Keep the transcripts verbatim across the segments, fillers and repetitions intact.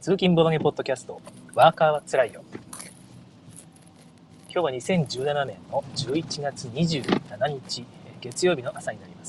通勤ボドゲポッドキャスト、ワーカーはつらいよ。今日はにせんじゅうななねんのじゅういちがつにじゅうしちにち、月曜日の朝になります。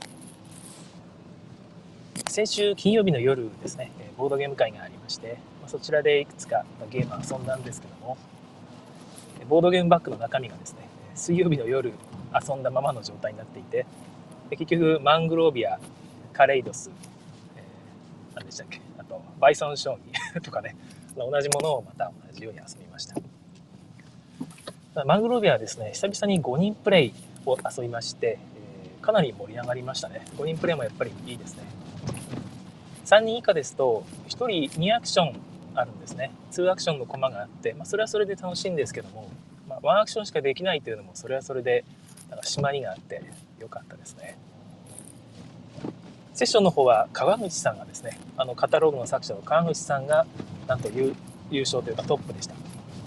先週金曜日の夜ですね、ボードゲーム会がありまして、そちらでいくつかゲームを遊んだんですけども、ボードゲームバッグの中身がですね、水曜日の夜遊んだままの状態になっていて、結局マングロービア、カレイドス、えー、何でしたっけ、あとバイソン将棋とかね、同じものをまた同じように遊びました。マングロービアはですね、久々にごにんプレイを遊びまして、えー、かなり盛り上がりましたね。ごにんプレイもやっぱりいいですね。さんにん以下ですとひとりにアクションあるんですね。にアクションのコマがあって、まあ、それはそれで楽しいんですけども、まあ、いちアクションしかできないというのもそれはそれでなんか締まりがあって良かったですね。セッションの方は川口さんがですね、あのカタログの作者の川口さんがなんと優勝というかトップでした。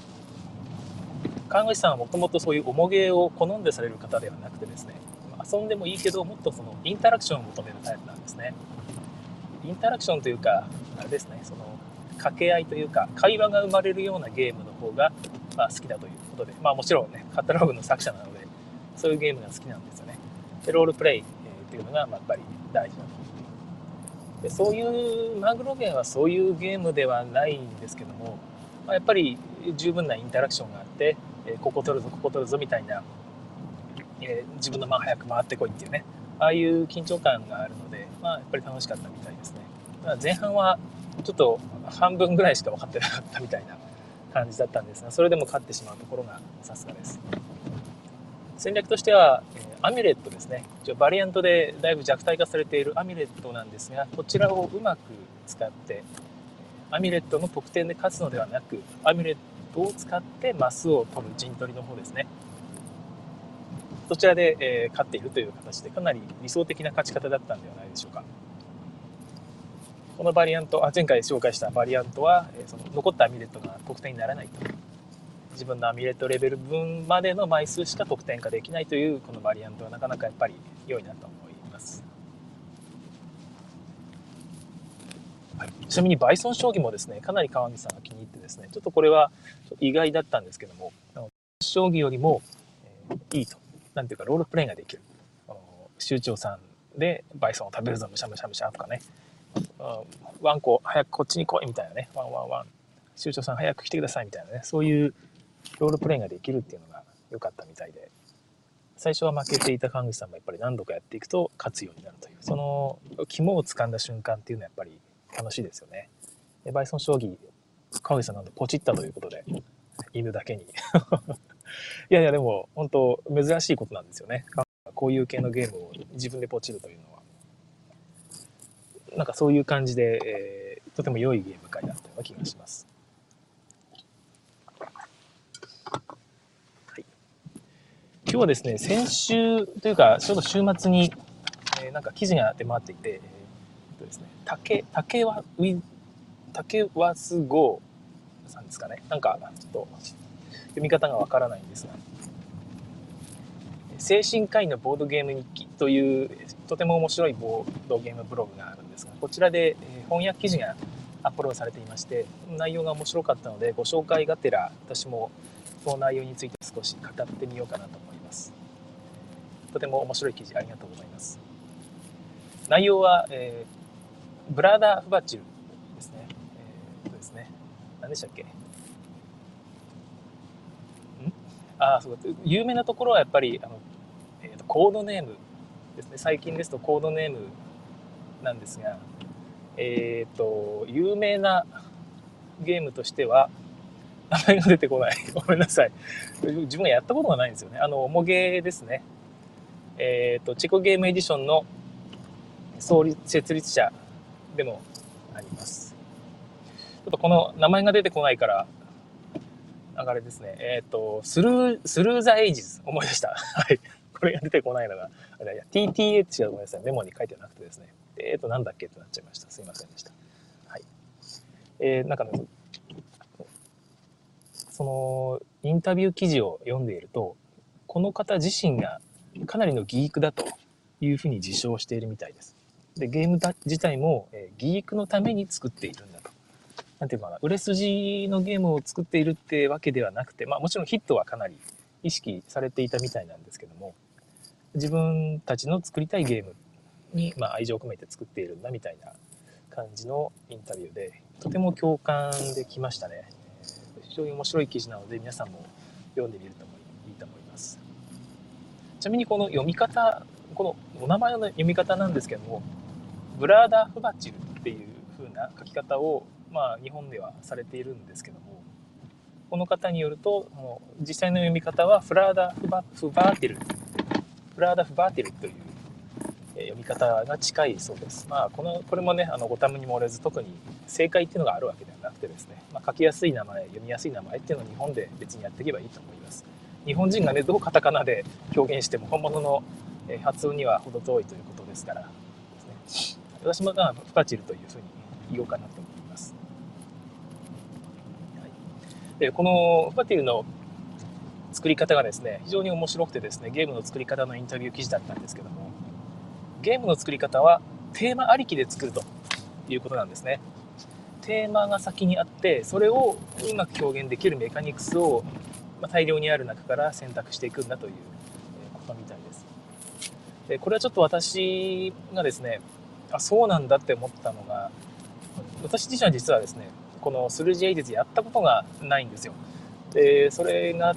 川口さんはもともとそういう重ゲーを好んでされる方ではなくてですね、遊んでもいいけどもっとそのインタラクションを求めるタイプなんですね。インタラクションというかあれですね、その掛け合いというか会話が生まれるようなゲームの方がまあ好きだということで、まあもちろんねカタログの作者なのでそういうゲームが好きなんですよね。でロールプレイというのがやっぱり大事だと。でそういうマグロゲームはそういうゲームではないんですけども、まあ、やっぱり十分なインタラクションがあって、えー、ここ取るぞここ取るぞみたいな、えー、自分の間早く回ってこいっていうね、ああいう緊張感があるので、まあ、やっぱり楽しかったみたいですね。前半はちょっと半分ぐらいしか分かってなかったみたいな感じだったんですが、それでも勝ってしまうところがさすがです。戦略としては、えー、アミュレットですね。バリアントでだいぶ弱体化されているアミュレットなんですが、こちらをうまく使ってアミュレットの得点で勝つのではなく、アミュレットを使ってマスを取る陣取りの方ですね。そちらで、えー、勝っているという形でかなり理想的な勝ち方だったんではないでしょうか。このバリアント、あ前回紹介したバリアントは、えー、その残ったアミュレットが得点にならないと。自分のアミュレットレベル分までの枚数しか得点化できないというこのバリアントはなかなかやっぱり良いなと思います。はい、ちなみにバイソン将棋もですね、かなり川岸さんが気に入ってですね、ちょっとこれはちょっと意外だったんですけども、将棋よりも、えー、いいと。なんていうかロールプレイができる。州長さんでバイソンを食べるぞむしゃむしゃむしゃとかね、ワンコ早くこっちに来いみたいなね、ワンワンワン州長さん早く来てくださいみたいなね、そういうロールプレイができるっていうのが良かったみたいで、最初は負けていた川口さんもやっぱり何度かやっていくと勝つようになるという、その肝を掴んだ瞬間っていうのはやっぱり楽しいですよね。でバイソン将棋川口さんなんとポチったということで、犬だけにいやいやでも本当珍しいことなんですよね。こういう系のゲームを自分でポチるというのはなんかそういう感じで、えー、とても良いゲーム会だったような気がします。はい、今日はですね、先週というかちょうど週末に、えー、なんか記事が出回っていて、えーとですね、竹竹はウィ竹はすごさんですかね、なんかちょっと読み方がわからないんですが、精神科医のボードゲーム日記というとても面白いボードゲームブログがあるんですが、こちらで翻訳記事がアップロードされていまして、内容が面白かったのでご紹介がてら私もその内容について少し語ってみようかなと思います。とても面白い記事ありがとうございます。内容は、えー、ブラーダー・フバチルですね。えー、っとですね、何でしたっけ？ん？ああ、そうだ。有名なところはやっぱりあの、えー、とコードネームですね。最近ですとコードネームなんですが、えっ、ー、と有名なゲームとしては名前が出てこない。ごめんなさい。自分がやったことがないんですよね。あの重ゲーですね。えっ、ー、とチェコゲームエディションの創立設立者でもあります。ちょっとこの名前が出てこないからあれですね。えっ、ー、とスルースルーザエイジズ思い出した。はい。これが出てこないのが、いやいや ティーティーエイチ がごめんなさい、メモに書いてなくてですね。えっ、ー、となんだっけってなっちゃいました。すいませんでした。はい。えー、なんかね、そのインタビュー記事を読んでいると、この方自身がかなりのギークだというふうに自称しているみたいです。でゲーム自体も、えー、ギークのために作っているんだと。 なんていうかな、売れ筋のゲームを作っているってわけではなくて、まあもちろんヒットはかなり意識されていたみたいなんですけども、自分たちの作りたいゲームに、まあ、愛情を込めて作っているんだみたいな感じのインタビューで、とても共感できましたね。非常に面白い記事なので、皆さんも読んでみるといいと思います。ちなみにこの読み方、このお名前の読み方なんですけども、ブラーダ・フバチルっていう風な書き方を、まあ、日本ではされているんですけども、この方によると、実際の読み方はフラーダ・フバ、フバーティル、フラーダ・フバーティルという読み方が近いそうです。まあ、このこれもね、あのご多分に漏れず、特に正解っていうのがあるわけではなくてですね、まあ、書きやすい名前、読みやすい名前っていうのを日本で別にやっていけばいいと思います。日本人がね、どうカタカナで表現しても本物の発音には程遠いということですからですね、私もまあフバチルというふうに言おうかなと思います。はい、でこのフバティルの作り方がですね、非常に面白くてですね、ゲームの作り方のインタビュー記事だったんですけども、ゲームの作り方はテーマありきで作るということなんですね。テーマが先にあって、それをうまく表現できるメカニクスを大量にある中から選択していくんだということみたいです。でこれはちょっと私がですね、あ、そうなんだって思ったのが、私自身は実はですね、このスルージエイディズやったことがないんですよ。でそれがあって、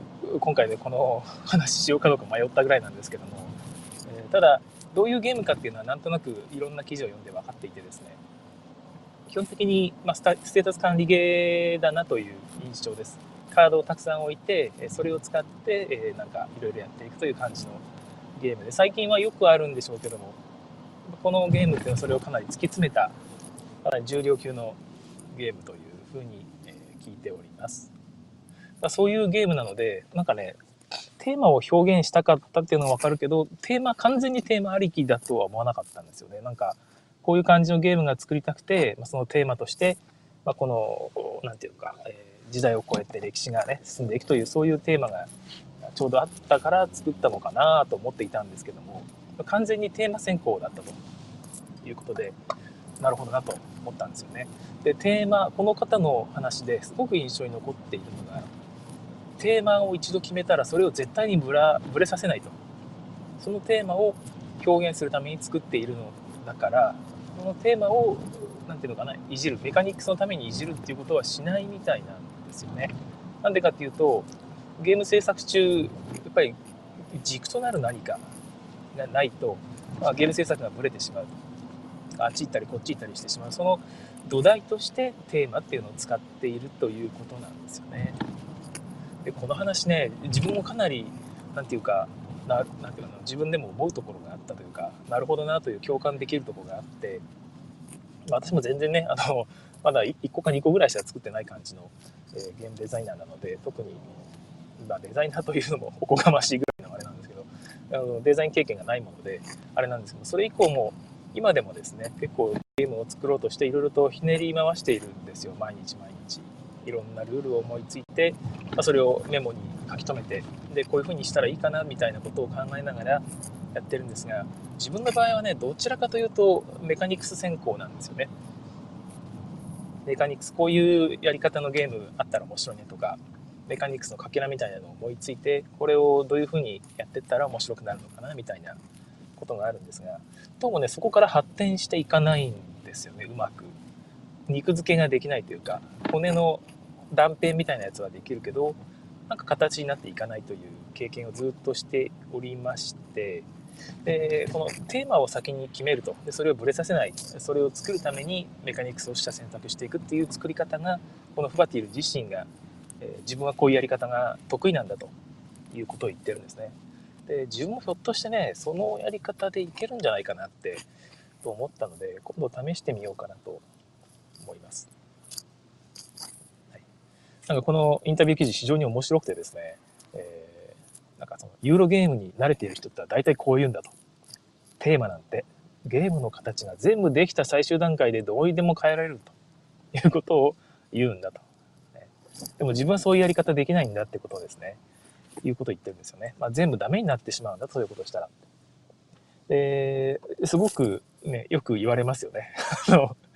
今回でこの話しようかどうか迷ったぐらいなんですけども、えー、ただどういうゲームかっていうのはなんとなくいろんな記事を読んで分かっていてですね、基本的に、まあ、ステータス管理ゲーだなという印象です。カードをたくさん置いて、それを使って、えー、なんかいろいろやっていくという感じのゲームで、最近はよくあるんでしょうけども、このゲームっていうのはそれをかなり突き詰めた、かなり重量級のゲームというふうに、えー、聞いております。まあ、そういうゲームなので、なんかね、テーマを表現したかったっていうのはわかるけど、テーマ、完全にテーマありきだとは思わなかったんですよね。なんか、こういう感じのゲームが作りたくて、そのテーマとして、まあ、この、なんていうか、えー、時代を超えて歴史がね、進んでいくという、そういうテーマがちょうどあったから作ったのかなと思っていたんですけども、完全にテーマ選考だったということで、なるほどなと思ったんですよね。で、テーマ、この方の話ですごく印象に残っているのが、テーマを一度決めたらそれを絶対にぶらぶれさせないと。そのテーマを表現するために作っているのだから、そのテーマをなんていうのかな、いじる、メカニクスのためにいじるっていうことはしないみたいなんですよね。なんでかっていうと、ゲーム制作中やっぱり軸となる何かがないと、まあ、ゲーム制作がブレてしまう、あっち行ったりこっち行ったりしてしまう、その土台としてテーマっていうのを使っているということなんですよね。でこの話ね、自分もかなりなんていうかななんていうの自分でも思うところがあったというか、なるほどなという共感できるところがあって、私も全然ね、あのまだいっこかにこぐらいしか作ってない感じの、えー、ゲームデザイナーなので、特に、まあ、デザイナーというのもおこがましいぐらいのあれなんですけど、あのデザイン経験がないものであれなんですけど、それ以降も今でもですね、結構ゲームを作ろうとしていろいろとひねり回しているんですよ。毎日毎日いろんなルールを思いついて、まあ、それをメモに書き留めて、でこういう風にしたらいいかなみたいなことを考えながらやってるんですが、自分の場合はね、どちらかというとメカニクス専攻なんですよね。メカニクス、こういうやり方のゲームあったら面白いねとか、メカニクスのかけらみたいなのを思いついて、これをどういう風にやっていったら面白くなるのかなみたいなことがあるんですが、どうもね、そこから発展していかないんですよね。うまく肉付けができないというか、骨の断片みたいなやつはできるけど、なんか形になっていかないという経験をずっとしておりまして、でこのテーマを先に決めると、でそれをブレさせない、それを作るためにメカニクスをした選択していくっていう作り方が、このフバティル自身が、えー、自分はこういうやり方が得意なんだということを言ってるんですね。で自分もひょっとしてね、そのやり方でいけるんじゃないかなってと思ったので、今度試してみようかなと思います。はい、なんかこのインタビュー記事非常に面白くてですね、えー、なんかそのユーロゲームに慣れている人って大体こう言うんだと。テーマなんてゲームの形が全部できた最終段階でどうにでも変えられるということを言うんだと。でも自分はそういうやり方できないんだってことをですね、いうことを言ってるんですよね。まあ、全部ダメになってしまうんだと、そういうことをしたら。ですごくね、よく言われますよね。あの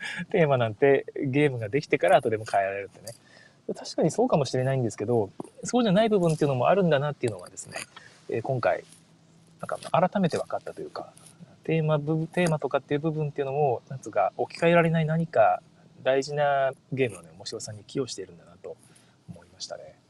テーマなんてゲームができてから後でも変えられるってね。確かにそうかもしれないんですけど、そうじゃない部分っていうのもあるんだなっていうのがですね、えー今回、なんか改めて分かったというか、テーマ部、テーマとかっていう部分っていうのも、なんつうか、置き換えられない何か大事なゲームのね、面白さに寄与しているんだなと思いましたね。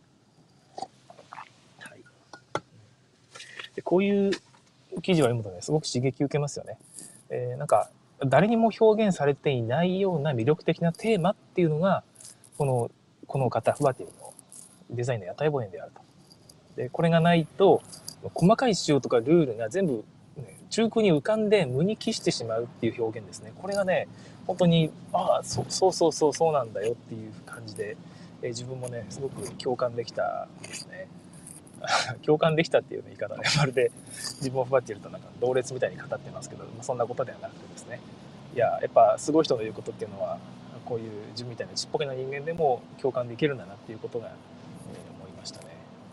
はい。で、こういう記事を読むとね、すごく刺激を受けますよね。えーなんか、誰にも表現されていないような魅力的なテーマっていうのが、この、この方、フバティルのデザインの屋台骨であると。で、これがないと、細かい仕様とかルールが全部、ね、中空に浮かんで無に帰してしまうっていう表現ですね。これがね、本当に、ああ、そそうそうそうそうなんだよっていう感じで、えー自分もね、すごく共感できたですね。共感できたっていう言い方ね、まるで自分をフバティルとなんか同列みたいに語ってますけど、そんなことではなくてですね。いや、やっぱすごい人の言うことっていうのは、こういう自分みたいなちっぽけな人間でも共感できるんだなっていうことが、えー思いましたね。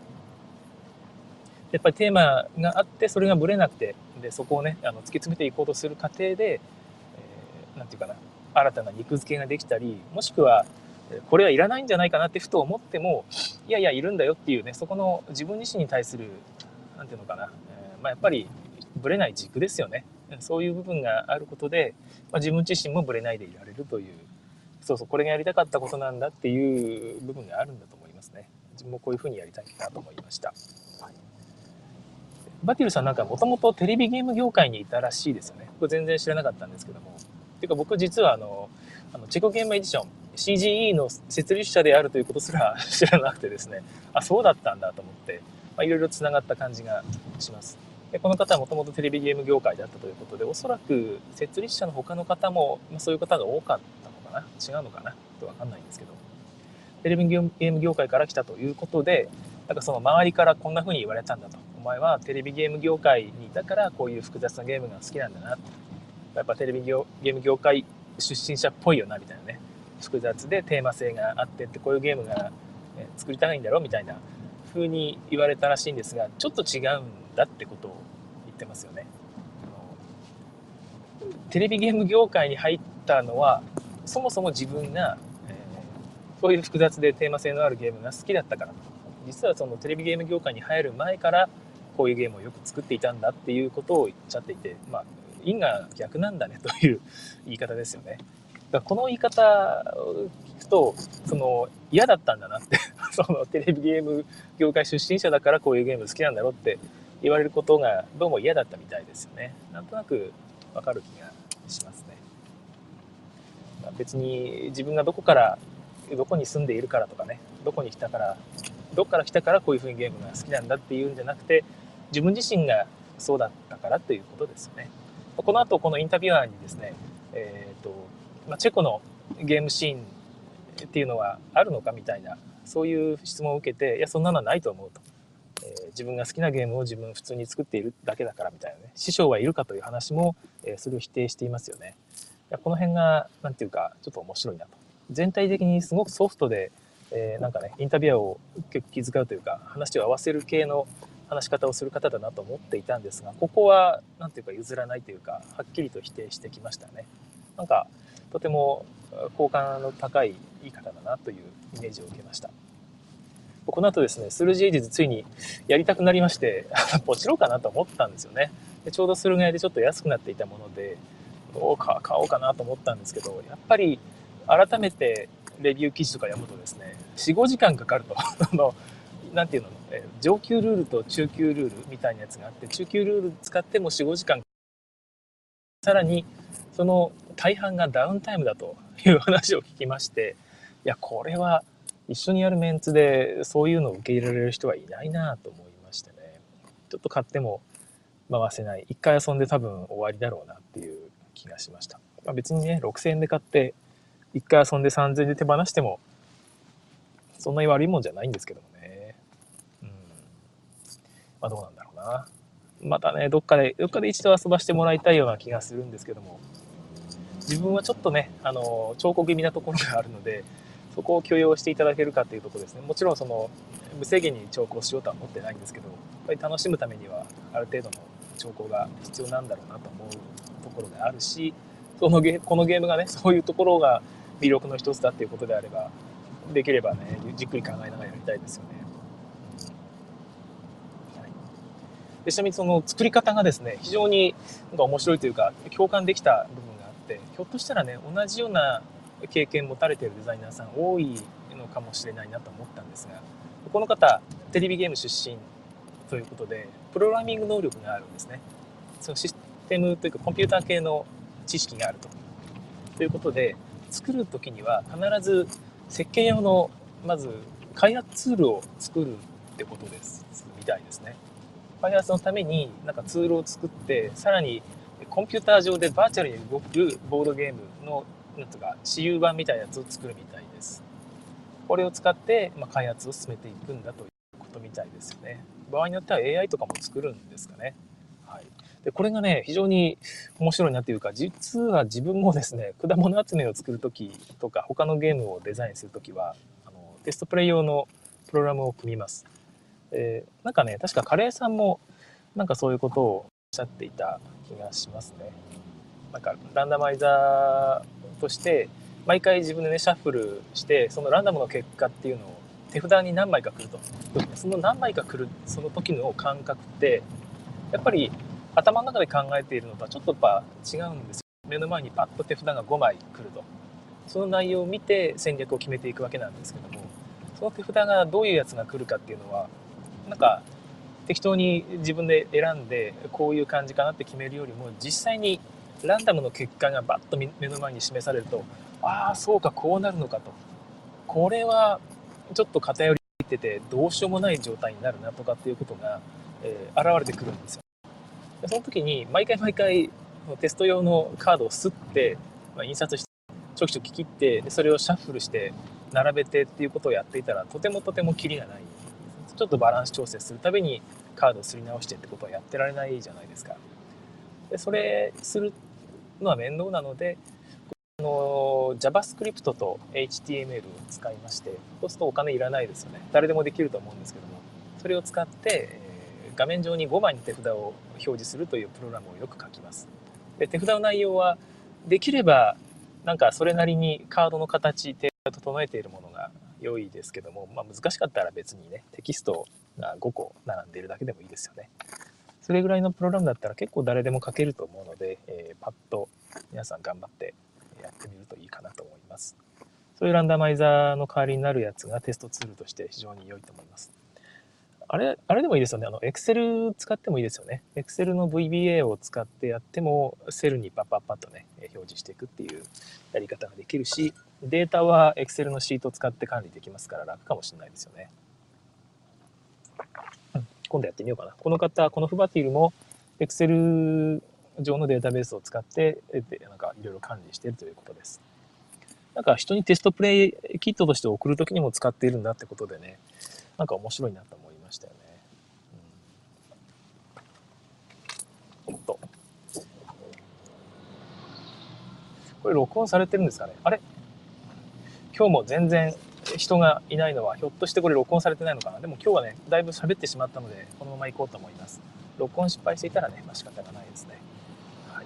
やっぱりテーマがあってそれがぶれなくて、でそこをねあの突き詰めていこうとする過程で、えー、なんていうかな、新たな肉付けができたり、もしくはこれはいらないんじゃないかなってふと思っても、いやいやいるんだよっていうね、そこの自分自身に対するなんていうのかな、えーまあ、やっぱりぶれない軸ですよね。そういう部分があることで、まあ、自分自身もぶれないでいられるという、そうそうこれがやりたかったことなんだっていう部分があるんだと思いますね。自分もこういうふうにやりたいなと思いました。はい。バティルさんなんかもともとテレビゲーム業界にいたらしいですよね。これ全然知らなかったんですけども。ていうか僕実はあの、あのチェコゲームエディション シージーイー の設立者であるということすら知らなくてですね、あ、そうだったんだと思って、まあ、いろいろつながった感じがします。でこの方はもともとテレビゲーム業界だったということで、おそらく設立者の他の方も、まあ、そういう方が多かったのかな、違うのかなとわかんないんですけど、テレビゲーム業界から来たということで、なんかその周りからこんな風に言われたんだと。お前はテレビゲーム業界にいたからこういう複雑なゲームが好きなんだな。やっぱテレビゲーム業界出身者っぽいよなみたいなね。複雑でテーマ性があってってこういうゲームが作りたいんだろみたいな風に言われたらしいんですが、ちょっと違うんだってことを言ってますよね。テレビゲーム業界に入ったのはそもそも自分が、えー、そういう複雑でテーマ性のあるゲームが好きだったから、実はそのテレビゲーム業界に入る前からこういうゲームをよく作っていたんだっていうことを言っちゃっていて、まあ因果逆なんだねという言い方ですよね。だからこの言い方を聞くと、その嫌だったんだなってそのテレビゲーム業界出身者だからこういうゲーム好きなんだろうって言われることがどうも嫌だったみたいですよね。なんとなくわかる気がしますね。別に自分がどこからどこに住んでいるからとかね、どこに来たからどっから来たからこういうふうにゲームが好きなんだっていうんじゃなくて、自分自身がそうだったからということですよね。この後このインタビュアーにですね、えーとまあ、チェコのゲームシーンっていうのはあるのかみたいな、そういう質問を受けて、いやそんなのはないと思うと、えー自分が好きなゲームを自分普通に作っているだけだからみたいなね、師匠はいるかという話も、えーそれを否定していますよね。いやこの辺がなんていうかちょっと面白いなと。全体的にすごくソフトで、えーなんかねインタビュアーを結構気遣うというか話を合わせる系の話し方をする方だなと思っていたんですが、ここはなんていうか譲らないというかはっきりと否定してきましたね。なんかとても好感の高い言い方だなというイメージを受けました。この後ですね、スルージエイジズついにやりたくなりまして、ポチろうかなと思ったんですよね。でちょうどスルガヤでちょっと安くなっていたもので、どうか買おうかなと思ったんですけど、やっぱり改めてレビュー記事とか読むとですね、よん、ごじかんかかると。あの、なんていうの、上級ルールと中級ルールみたいなやつがあって、中級ルール使ってもよん、ごじかん。さらに、その大半がダウンタイムだという話を聞きまして、いや、これは一緒にやるメンツでそういうのを受け入れられる人はいないなと思いましてね。ちょっと買っても回せない。一回遊んで多分終わりだろうなっていう気がしました。まあ、別にね、ろくせんえんで買って、一回遊んでさんぜんえんで手放しても、そんなに悪いもんじゃないんですけどもね。うん。まあどうなんだろうな。またね、どっかで、どっかで一度遊ばしてもらいたいような気がするんですけども、自分はちょっとね、あの、彫刻気味なところがあるので、そこを許容していただけるかというところですね。もちろんその、無制限に調校しようとは思ってないんですけど、やっぱり楽しむためには、ある程度の調校が必要なんだろうなと思うところがあるし、 そのゲこのゲームがね、そういうところが魅力の一つだっていうことであれば、できればね、じっくり考えながらやりたいですよね。はい、でちなみにその作り方がですね、非常になんか面白いというか、共感できた部分があって、ひょっとしたらね、同じような経験持たれているデザイナーさん多いのかもしれないなと思ったんですが、この方、テレビゲーム出身ということで、プログラミング能力があるんですね。そのシステムというかコンピューター系の知識があると。ということで、作る時には必ず設計用のまず開発ツールを作るってことですみたいですね。開発のためになんかツールを作って、さらにコンピューター上でバーチャルに動くボードゲームのなんとか私有版みたいなやつを作るみたいです。これを使って、まあ、開発を進めていくんだということみたいですよね。場合によっては エーアイ とかも作るんですかね。はい、でこれがね非常に面白いなというか、実は自分もですね、果物集めを作るときとか他のゲームをデザインするときはあのテストプレイ用のプログラムを組みます。えー、なんかね、確かカレーさんもなんかそういうことをおっしゃっていた気がしますね。なんかランダマイザーとして毎回自分でねシャッフルして、そのランダムの結果っていうのを手札に何枚か来ると、その何枚か来るその時の感覚ってやっぱり頭の中で考えているのとはちょっとやっぱ違うんですよ。目の前にパッと手札がごまい来ると、その内容を見て戦略を決めていくわけなんですけども、その手札がどういうやつが来るかっていうのはなんか適当に自分で選んでこういう感じかなって決めるよりも、実際にランダムの結果がバッと目の前に示されると、ああそうかこうなるのかと、これはちょっと偏りっててどうしようもない状態になるなとかっていうことが、えー、現れてくるんですよ。でその時に毎回毎回テスト用のカードをすって、まあ、印刷してちょきちょき切って、でそれをシャッフルして並べてっていうことをやっていたら、とてもとてもキリがない。ちょっとバランス調整するたびにカードをすり直してってことはやってられないじゃないですか。でそれするのは面倒なので、あの JavaScript と エイチティーエムエル を使いまして、そうするとお金いらないですよね。誰でもできると思うんですけども、それを使って、えー、画面上にごまいの手札を表示するというプログラムをよく書きます。で手札の内容はできればなんかそれなりにカードの形手を整えているものが良いですけども、まあ、難しかったら別にねテキストがごこ並んでいるだけでもいいですよね。それぐらいのプログラムだったら結構誰でも書けると思うので、えー、パッと皆さん頑張ってやってみるといいかなと思います。そういうランダマイザーの代わりになるやつがテストツールとして非常に良いと思います。あれ、あれでもいいですよね。あの、Excel 使ってもいいですよね。Excel の ブイビーエー を使ってやっても、セルにパッパッパッとね、表示していくっていうやり方ができるし、データは Excel のシートを使って管理できますから楽かもしれないですよね。うん、今度やってみようかな。この方、このフバティルも Excel 上のデータベースを使って、なんかいろいろ管理しているということです。なんか人にテストプレイキットとして送るときにも使っているんだってことでね、なんか面白いなと思いましたよね。うん、おっと。これ録音されてるんですかね。あれ今日も全然人がいないのは、ひょっとしてこれ録音されてないのかな。でも今日はね、だいぶ喋ってしまったので、このまま行こうと思います。録音失敗していたらね、まあ、仕方がないですね。はい。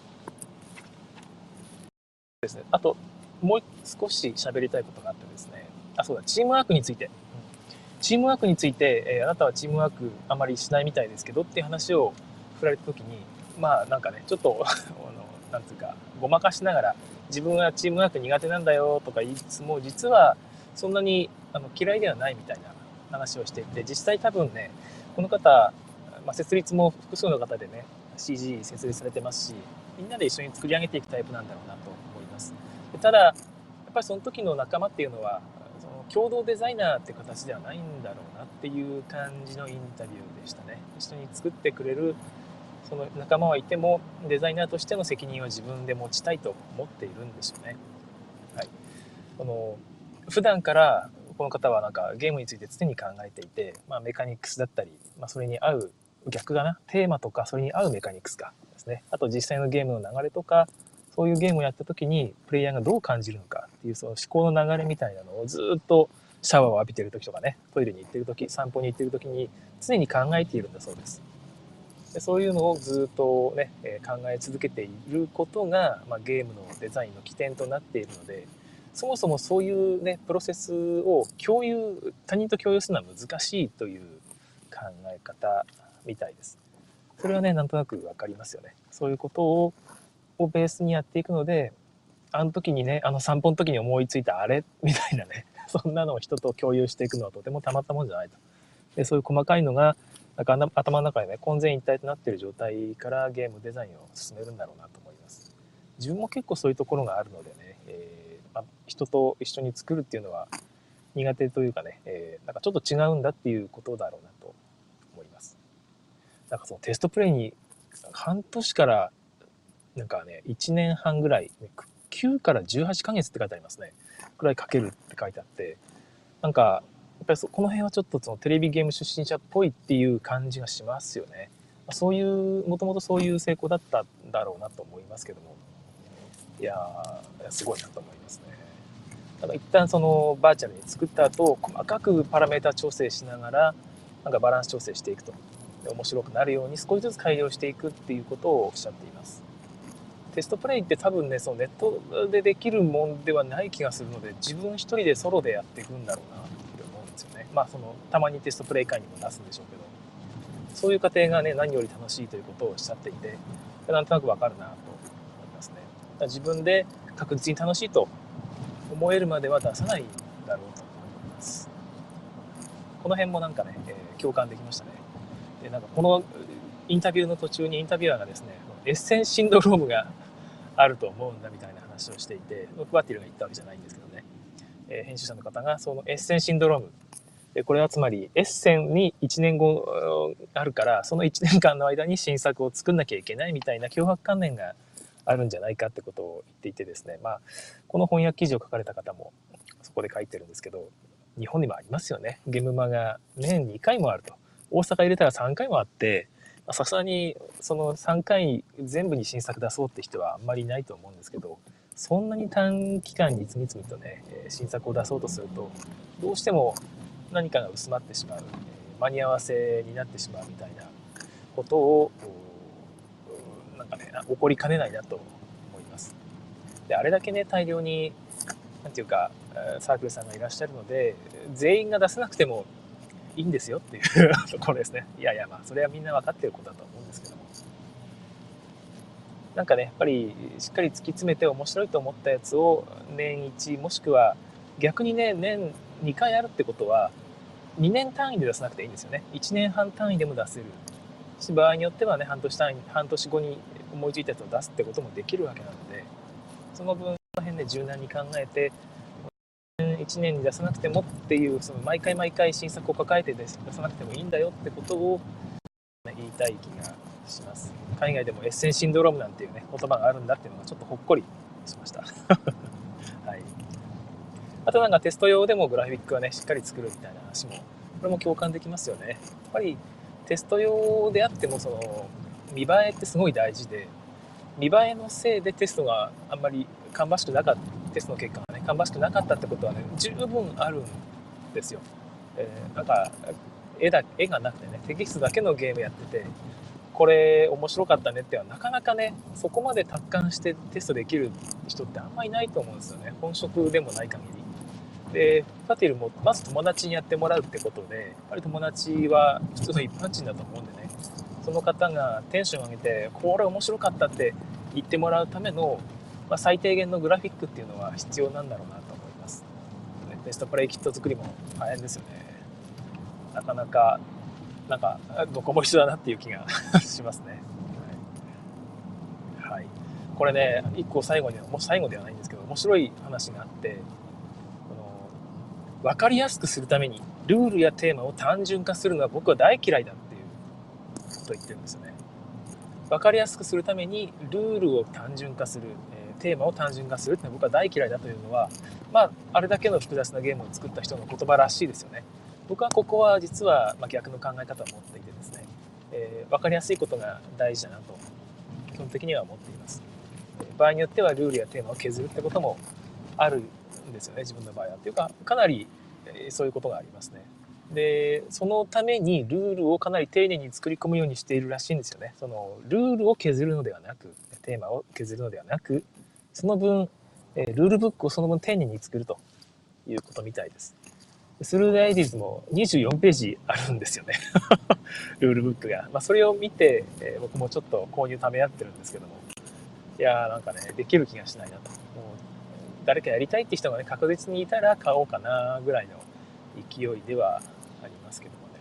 ですね。あと、もう少し喋りたいことがあってですね。あ、そうだ、チームワークについて。チームワークについて、えー、あなたはチームワークあまりしないみたいですけどっていう話を振られた時に、まあなんかね、ちょっとあのなんていうかごまかしながら、自分はチームワーク苦手なんだよとか言いつつも、実はそんなにあの嫌いではないみたいな話をしていて、実際多分ねこの方、まあ、設立も複数の方でね シージー 設立されてますし、みんなで一緒に作り上げていくタイプなんだろうなと思います。でただやっぱりその時の仲間っていうのは共同デザイナーって形ではないんだろうなっていう感じのインタビューでしたね。一緒に作ってくれるその仲間はいても、デザイナーとしての責任は自分で持ちたいと思っているんでしょうね。はい、この普段からこの方はなんかゲームについて常に考えていて、まあ、メカニクスだったり、まあ、それに合う逆かなテーマとかそれに合うメカニクスかですね、あと実際のゲームの流れとか、そういうゲームをやった時にプレイヤーがどう感じるのかっていうその思考の流れみたいなのをずっとシャワーを浴びてる時とかね、トイレに行ってる時、散歩に行ってる時に常に考えているんだそうです。 でそういうのをずっとね、えー考え続けていることが、まあ、ゲームのデザインの起点となっているので、そもそもそういうねプロセスを共有他人と共有するのは難しいという考え方みたいです。それはねなんとなく分かりますよね。そういうことををベースにやっていくので、あの時にねあの散歩の時に思いついたあれみたいなねそんなのを人と共有していくのはとてもたまったもんじゃないと。でそういう細かいのがなんか頭の中でね混然一体となっている状態からゲームデザインを進めるんだろうなと思います。自分も結構そういうところがあるのでね、えーまあ、人と一緒に作るっていうのは苦手というかね、えー、なんかちょっと違うんだっていうことだろうなと思います。なんかそのテストプレイに半年からなんかねいちねんはんぐらいきゅうからじゅうはちかげつって書いてありますね。くらいかけるって書いてあって、なんかやっぱりそこの辺はちょっとそのテレビゲーム出身者っぽいっていう感じがしますよね。そういうもともとそういう成功だったんだろうなと思いますけども、いやーすごいなと思いますね。だから一旦そのバーチャルに作った後細かくパラメータ調整しながらなんかバランス調整していくと、面白くなるように少しずつ改良していくっていうことをおっしゃっています。テストプレイって多分ねそのネットでできるもんではない気がするので、自分一人でソロでやっていくんだろうなって思うんですよね。まあそのたまにテストプレイ会にも出すんでしょうけど、そういう過程がね何より楽しいということをおっしゃっていて、なんとなくわかるなと思いますね。自分で確実に楽しいと思えるまでは出さないだろうと思います。この辺もなんかね、えー共感できましたね。でなんかこのインタビューの途中にインタビュアーがですね、エッセンシンドロームがあると思うんだみたいな話をしていて、僕バッティルが言ったわけじゃないんですけどね、えー編集者の方がそのエッセンシンドロームで、これはつまりエッセンにいちねんごあるから、そのいちねんかんの間に新作を作んなきゃいけないみたいな強迫観念があるんじゃないかってことを言っていてですね、まあこの翻訳記事を書かれた方もそこで書いてるんですけど、日本にもありますよね。ゲームマが年にかいもあると。大阪入れたらさんかいもあって、さすがにそのさんかい全部に新作出そうって人はあんまりいないと思うんですけど、そんなに短期間に次々とね新作を出そうとするとどうしても何かが薄まってしまう、間に合わせになってしまうみたいなことをなんかね起こりかねないなと思います。であれだけね大量になんていうかサークルさんがいらっしゃるので、全員が出せなくてもいいんですよっていうところですね。いやいやまあそれはみんな分かってることだと思うんですけども、なんかねやっぱりしっかり突き詰めて面白いと思ったやつを年いちもしくは逆にね年にかいあるってことはにねん単位で出さなくていいんですよね。いちねんはん単位でも出せるし、場合によってはね半年単位半年後に思いついたやつを出すってこともできるわけなので、その分その辺で柔軟に考えていちねんに出さなくてもっていう、その毎回毎回新作を抱えて出さなくてもいいんだよってことを言いたい気がします。海外でもエッセンシンドロームなんていうね言葉があるんだっていうのがちょっとほっこりしましたはい。あとなんかテスト用でもグラフィックはねしっかり作るみたいな話もこれも共感できますよね。やっぱりテスト用であってもその見栄えってすごい大事で、見栄えのせいでテストがあんまり芳しくなかったテストの結果がね芳しくなかったってことはね十分あるんですよ。えー、なんか絵だ絵がなくてねテキストだけのゲームやっててこれ面白かったねってはなかなかねそこまで達観してテストできる人ってあんまりいないと思うんですよね、本職でもない限り。でパティルもまず友達にやってもらうってことで、やっぱり友達は普通の一般人だと思うんでね、その方がテンション上げてこれ面白かったって言ってもらうための、まあ、最低限のグラフィックっていうのは必要なんだろうなと思います。テストプレイキット作りも大変ですよね。なかなかなんかどこも一緒だなっていう気がしますね。はい、はい、これね一個最後にもう最後ではないんですけど面白い話があって、この分かりやすくするためにルールやテーマを単純化するのは僕は大嫌いだっていうことを言ってるんですよね。分かりやすくするためにルールを単純化する、えー、テーマを単純化するって僕は大嫌いだというのは、まあ、あれだけの複雑なゲームを作った人の言葉らしいですよね。僕はここは実は逆の考え方を持っていてですね、えー、分かりやすいことが大事だなと基本的には思っています。場合によってはルールやテーマを削るってこともあるんですよね、自分の場合は。というかかなりそういうことがありますね。 でそのためにルールをかなり丁寧に作り込むようにしているらしいんですよね。そのルールを削るのではなく、テーマを削るのではなく、その分ルールブックをその分丁寧に作るということみたいです。スルーデアイディーズもにじゅうよんページあるんですよねルールブックが、まあ、それを見て、えー、僕もちょっと購入ためやってるんですけども、いやーなんかねできる気がしないなと。もう誰かやりたいって人がね確実にいたら買おうかなぐらいの勢いではありますけどもね。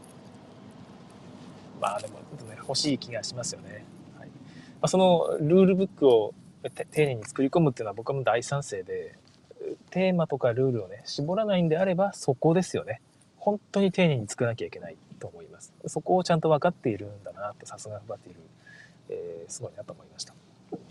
まあでも、ね、欲しい気がしますよね。はい、まあ、そのルールブックを丁寧に作り込むっていうのは僕はもう大賛成で、テーマとかルールをね絞らないんであればそこですよね。本当に丁寧に作らなきゃいけないと思います。そこをちゃんと分かっているんだなと、さすがフバティル、えー、すごいなと思いました。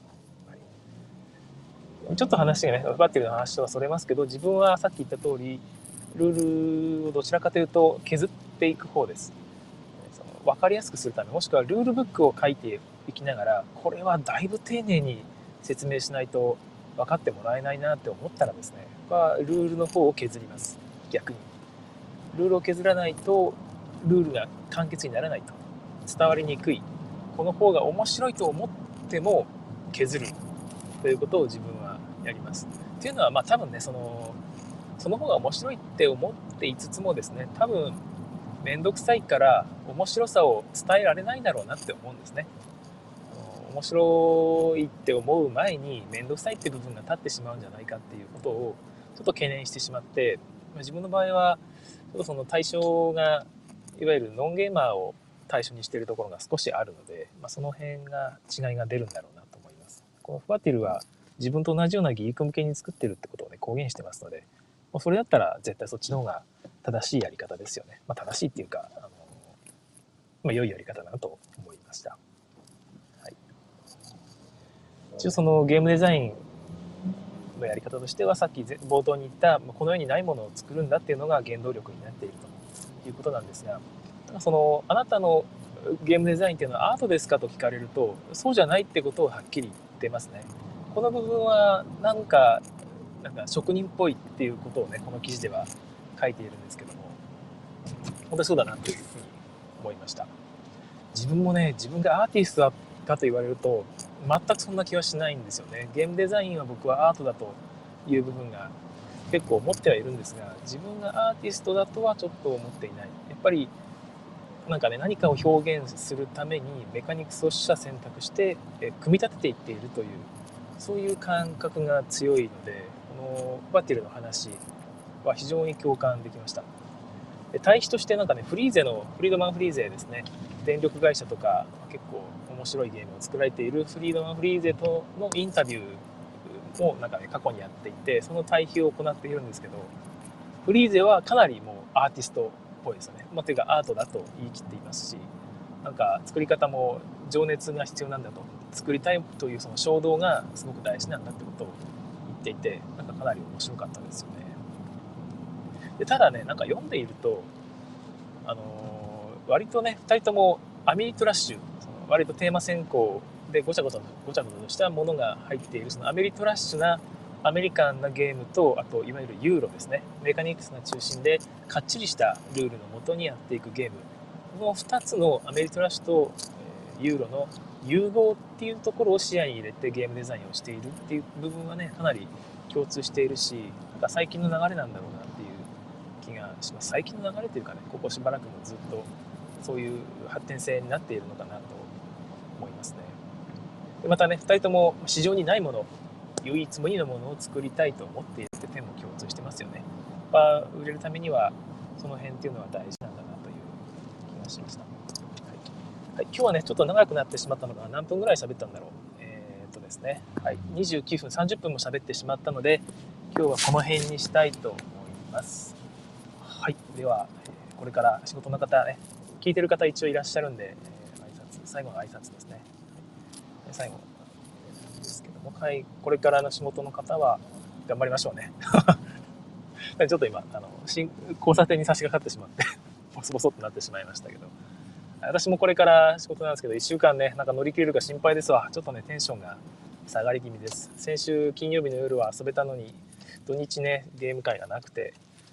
はい、ちょっと話がねフバティルの話とはそれますけど、自分はさっき言った通りルールをどちらかというと削っていく方です。その分かりやすくするため、もしくはルールブックを書いていきながら、これはだいぶ丁寧に説明しないと分かってもらえないなって思ったらですね、僕はルールの方を削ります。逆にルールを削らないとルールが簡潔にならないと、伝わりにくい、この方が面白いと思っても削るということを自分はやります。っていうのはまあ多分ね、そのその方が面白いって思っていつつもですね、多分面倒くさいから面白さを伝えられないんだろうなって思うんですね。面白いって思う前に面倒くさいって部分が立ってしまうんじゃないかっていうことをちょっと懸念してしまって、自分の場合はちょっとその対象がいわゆるノンゲーマーを対象にしているところが少しあるので、まあ、その辺が違いが出るんだろうなと思います。このフワティルは自分と同じようなギーク向けに作ってるってことをね公言してますので、それだったら絶対そっちの方が正しいやり方ですよね。まあ、正しいっていうか、あの、まあ、良いやり方だなと思いました。はい、一応そのゲームデザインのやり方としては、さっき冒頭に言ったこの世にないものを作るんだっていうのが原動力になっているということなんですが、そのあなたのゲームデザインっていうのはアートですかと聞かれると、そうじゃないってことをはっきり言ってますね。この部分はなんかなんか職人っぽいっていうことをねこの記事では書いているんですけども、本当にそうだなというふうに思いました。自分もね自分がアーティストだかと言われると全くそんな気はしないんですよね。ゲームデザインは僕はアートだという部分が結構思ってはいるんですが、自分がアーティストだとはちょっと思っていない。やっぱりなんかね何かを表現するためにメカニクスを取捨選択して組み立てていっているという、そういう感覚が強いので、このバティルの話は非常に共感できました。対比としてなんかねフリーゼのフリードマン・フリーゼですね、電力会社とか結構面白いゲームを作られているフリードマン・フリーゼとのインタビューもなんかね過去にやっていて、その対比を行っているんですけど、フリーゼはかなりもうアーティストっぽいですよね。まあ、というかアートだと言い切っていますし、なんか作り方も情熱が必要なんだと、作りたいというその衝動がすごく大事なんだってことを言っていて、なんかかなり面白かったですよね。でただねなんか読んでいると、あのー、割とねふたりともアミリトラッシュ、その割とテーマ先行でごちゃごちゃごちゃごちゃとしたものが入っている、そのアメリトラッシュなアメリカンなゲームと、あといわゆるユーロですね、メカニクスが中心でかっちりしたルールのもとにやっていくゲーム、このふたつのアメリトラッシュとユーロの融合っていうところを視野に入れてゲームデザインをしているっていう部分はねかなり共通しているし、なんか最近の流れなんだろうなっていう気がします。最近の流れというかね、ここしばらくもずっとそういう発展性になっているのかなと思いますね。でまたねふたりとも市場にないもの、唯一無二のものを作りたいと思っているって点も共通してますよね。やっぱ売れるためにはその辺っていうのは大事なんだなという気がしました。はいはい、今日はねちょっと長くなってしまったのが何分ぐらい喋ったんだろう。えー、っとですね、はい、にじゅうきゅうふんさんじゅっぷんも喋ってしまったので、今日はこの辺にしたいと思います。はい、ではこれから仕事の方ね、聞いてる方一応いらっしゃるんで、挨拶、最後の挨拶ですね。最後ですけども、はい、これからの仕事の方は頑張りましょうね。ちょっと今あの交差点に差し掛かってしまってボソボソっとなってしまいましたけど、私もこれから仕事なんですけどいっしゅうかんねなんか乗り切れるか心配ですわ。ちょっとねテンションが下がり気味です。先週金曜日の夜は遊べたのに土日ねゲーム会がなくて、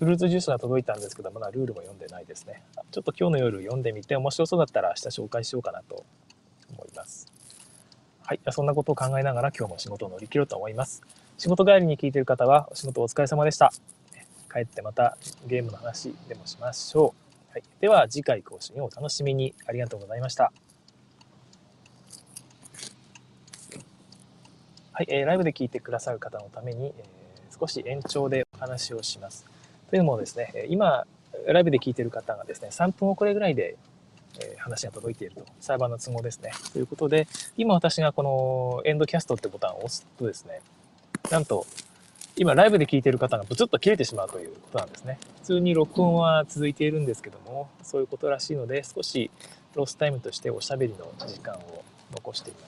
フルーツジュースが届いたんですけど、まだルールも読んでないですね。ちょっと今日の夜読んでみて、面白そうだったら明日紹介しようかなと思います。はい。そんなことを考えながら今日も仕事を乗り切ろうと思います。仕事帰りに聞いている方はお仕事お疲れ様でした。帰ってまたゲームの話でもしましょう。はい。では次回更新をお楽しみに。ありがとうございました。はい。えー、ライブで聞いてくださる方のために、えー、少し延長でお話をします。というのもですね、今、ライブで聞いている方がですね、さんぷん遅れぐらいで話が届いていると。サーバーの都合ですね。ということで、今私がこのエンドキャストってボタンを押すとですね、なんと、今ライブで聞いている方がブツッと切れてしまうということなんですね。普通に録音は続いているんですけども、そういうことらしいので、少しロスタイムとしておしゃべりの時間を残しています。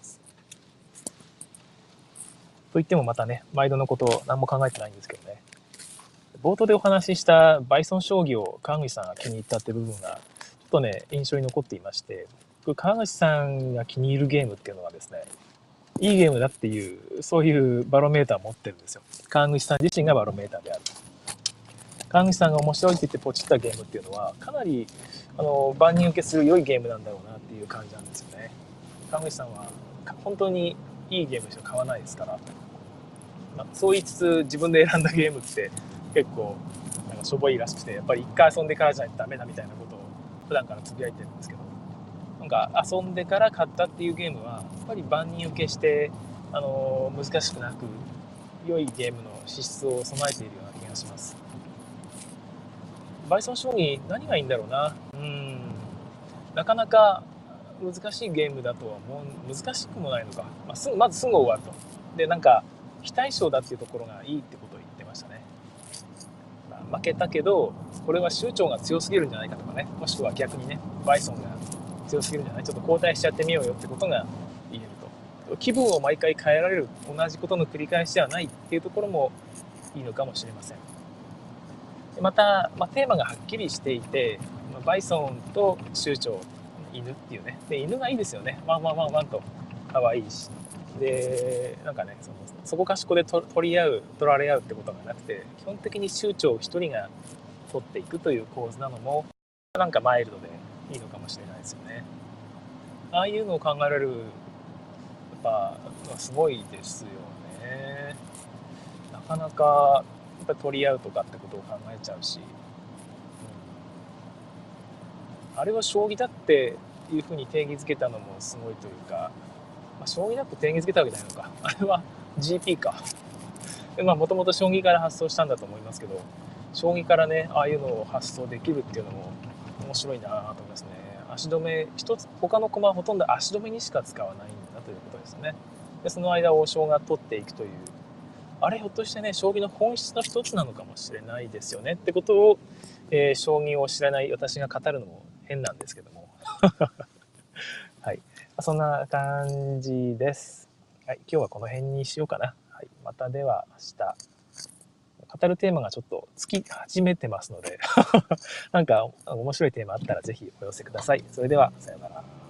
といってもまたね、毎度のことを何も考えてないんですけどね。冒頭でお話ししたバイソン将棋を川口さんが気に入ったって部分が、ちょっとね、印象に残っていまして、川口さんが気に入るゲームっていうのはですね、いいゲームだっていう、そういうバロメーターを持ってるんですよ。川口さん自身がバロメーターである。川口さんが面白いって言ってポチったゲームっていうのは、かなりあの万人受けする良いゲームなんだろうなっていう感じなんですよね。川口さんは本当にいいゲームしか買わないですから、まあ、そう言いつつ自分で選んだゲームって結構なんかしょぼいらしくて、やっぱり一回遊んでからじゃダメだみたいなことを普段からつぶやいてるんですけど、なんか遊んでから買ったっていうゲームはやっぱり万人受けして、あのー、難しくなく良いゲームの資質を備えているような気がします。バイソン将棋何がいいんだろうな。うーんなかなか難しいゲームだとは思う。難しくもないのか、まあ、すぐまずすぐ終わると。でなんか非対称だっていうところがいいってことを言ってましたね。まあ、負けたけどこれは州長が強すぎるんじゃないかとかね、もしくは逆にねバイソンが強すぎるんじゃない、ちょっと交代しちゃってみようよってことが言えると。気分を毎回変えられる、同じことの繰り返しではないっていうところもいいのかもしれません。また、まあ、テーマがはっきりしていて、バイソンと州長犬っていうね、で犬がいいですよね。ワンワンワンワンと可愛いし、でなんかね、そのそこかしこで取り合う取られ合うってことがなくて、基本的に州長一人が取っていくという構図なのもなんかマイルドでいいのかもしれないですよね。ああいうのを考えられる、やっぱすごいですよね。なかなかやっぱ取り合うとかってことを考えちゃうし、うん、あれは将棋だっていうふうに定義づけたのもすごいというか、まあ、将棋だって定義づけたわけじゃないのか、あれは ジーピー か。まあもともと将棋から発想したんだと思いますけど、将棋からねああいうのを発想できるっていうのも面白いなと思いますね。足止め一つ、他の駒はほとんど足止めにしか使わないんだということですね。でその間王将が取っていくという、あれひょっとしてね将棋の本質の一つなのかもしれないですよねってことを、えー、将棋を知らない私が語るのも変なんですけどもはい、そんな感じです。はい、今日はこの辺にしようかな。はい、またでは明日。語るテーマがちょっとつき始めてますのでなんか面白いテーマあったらぜひお寄せください。それではさようなら。